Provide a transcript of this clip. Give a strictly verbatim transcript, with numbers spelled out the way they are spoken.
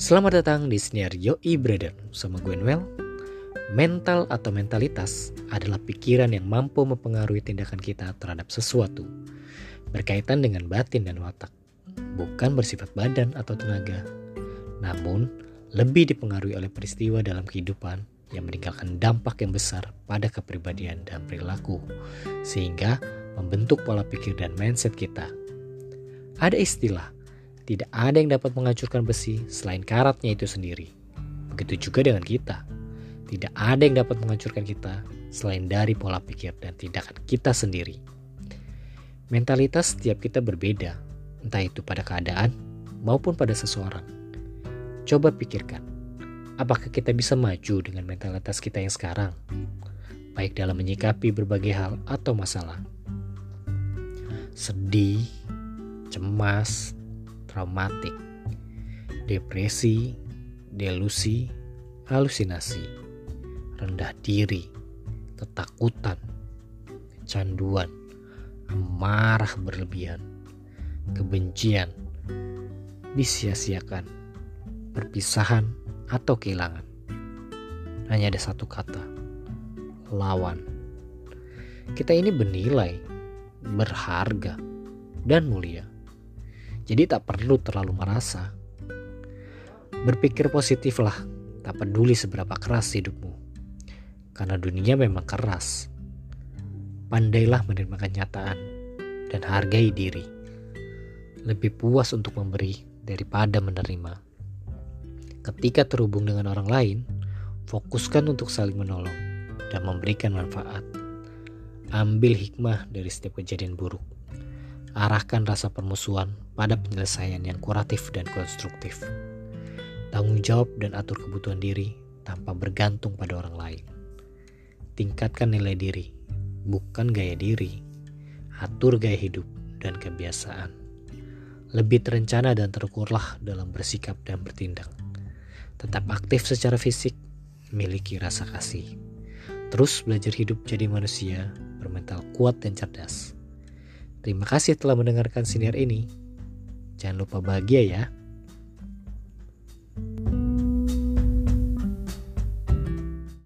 Selamat datang di Siniar Yoi Brother sama gue Noel. Mental atau mentalitas adalah pikiran yang mampu mempengaruhi tindakan kita terhadap sesuatu, berkaitan dengan batin dan watak, bukan bersifat badan atau tenaga, namun lebih dipengaruhi oleh peristiwa dalam kehidupan yang meninggalkan dampak yang besar pada kepribadian dan perilaku, sehingga membentuk pola pikir dan mindset kita. Ada istilah, tidak ada yang dapat menghancurkan besi selain karatnya itu sendiri. Begitu juga dengan kita. Tidak ada yang dapat menghancurkan kita selain dari pola pikir dan tindakan kita sendiri. Mentalitas setiap kita berbeda, entah itu pada keadaan maupun pada seseorang. Coba pikirkan, apakah kita bisa maju dengan mentalitas kita yang sekarang? Baik dalam menyikapi berbagai hal atau masalah. Sedih, cemas, traumatik, depresi, delusi, halusinasi, rendah diri, ketakutan, kecanduan, amarah berlebihan, kebencian, disia-siakan, perpisahan atau kehilangan. Hanya ada satu kata, lawan. Kita ini bernilai, berharga, dan mulia. Jadi tak perlu terlalu merasa. Berpikir positiflah, tak peduli seberapa keras hidupmu. Karena dunia memang keras. Pandailah menerima kenyataan dan hargai diri. Lebih puas untuk memberi daripada menerima. Ketika terhubung dengan orang lain, fokuskan untuk saling menolong dan memberikan manfaat. Ambil hikmah dari setiap kejadian buruk. Arahkan rasa permusuhan pada penyelesaian yang kuratif dan konstruktif. Tanggung jawab dan atur kebutuhan diri tanpa bergantung pada orang lain. Tingkatkan nilai diri, bukan gaya diri. Atur gaya hidup dan kebiasaan. Lebih terencana dan terukurlah dalam bersikap dan bertindak. Tetap aktif secara fisik, miliki rasa kasih. Terus belajar hidup jadi manusia, bermental kuat dan cerdas. Terima kasih telah mendengarkan siniar ini. Jangan lupa bahagia ya.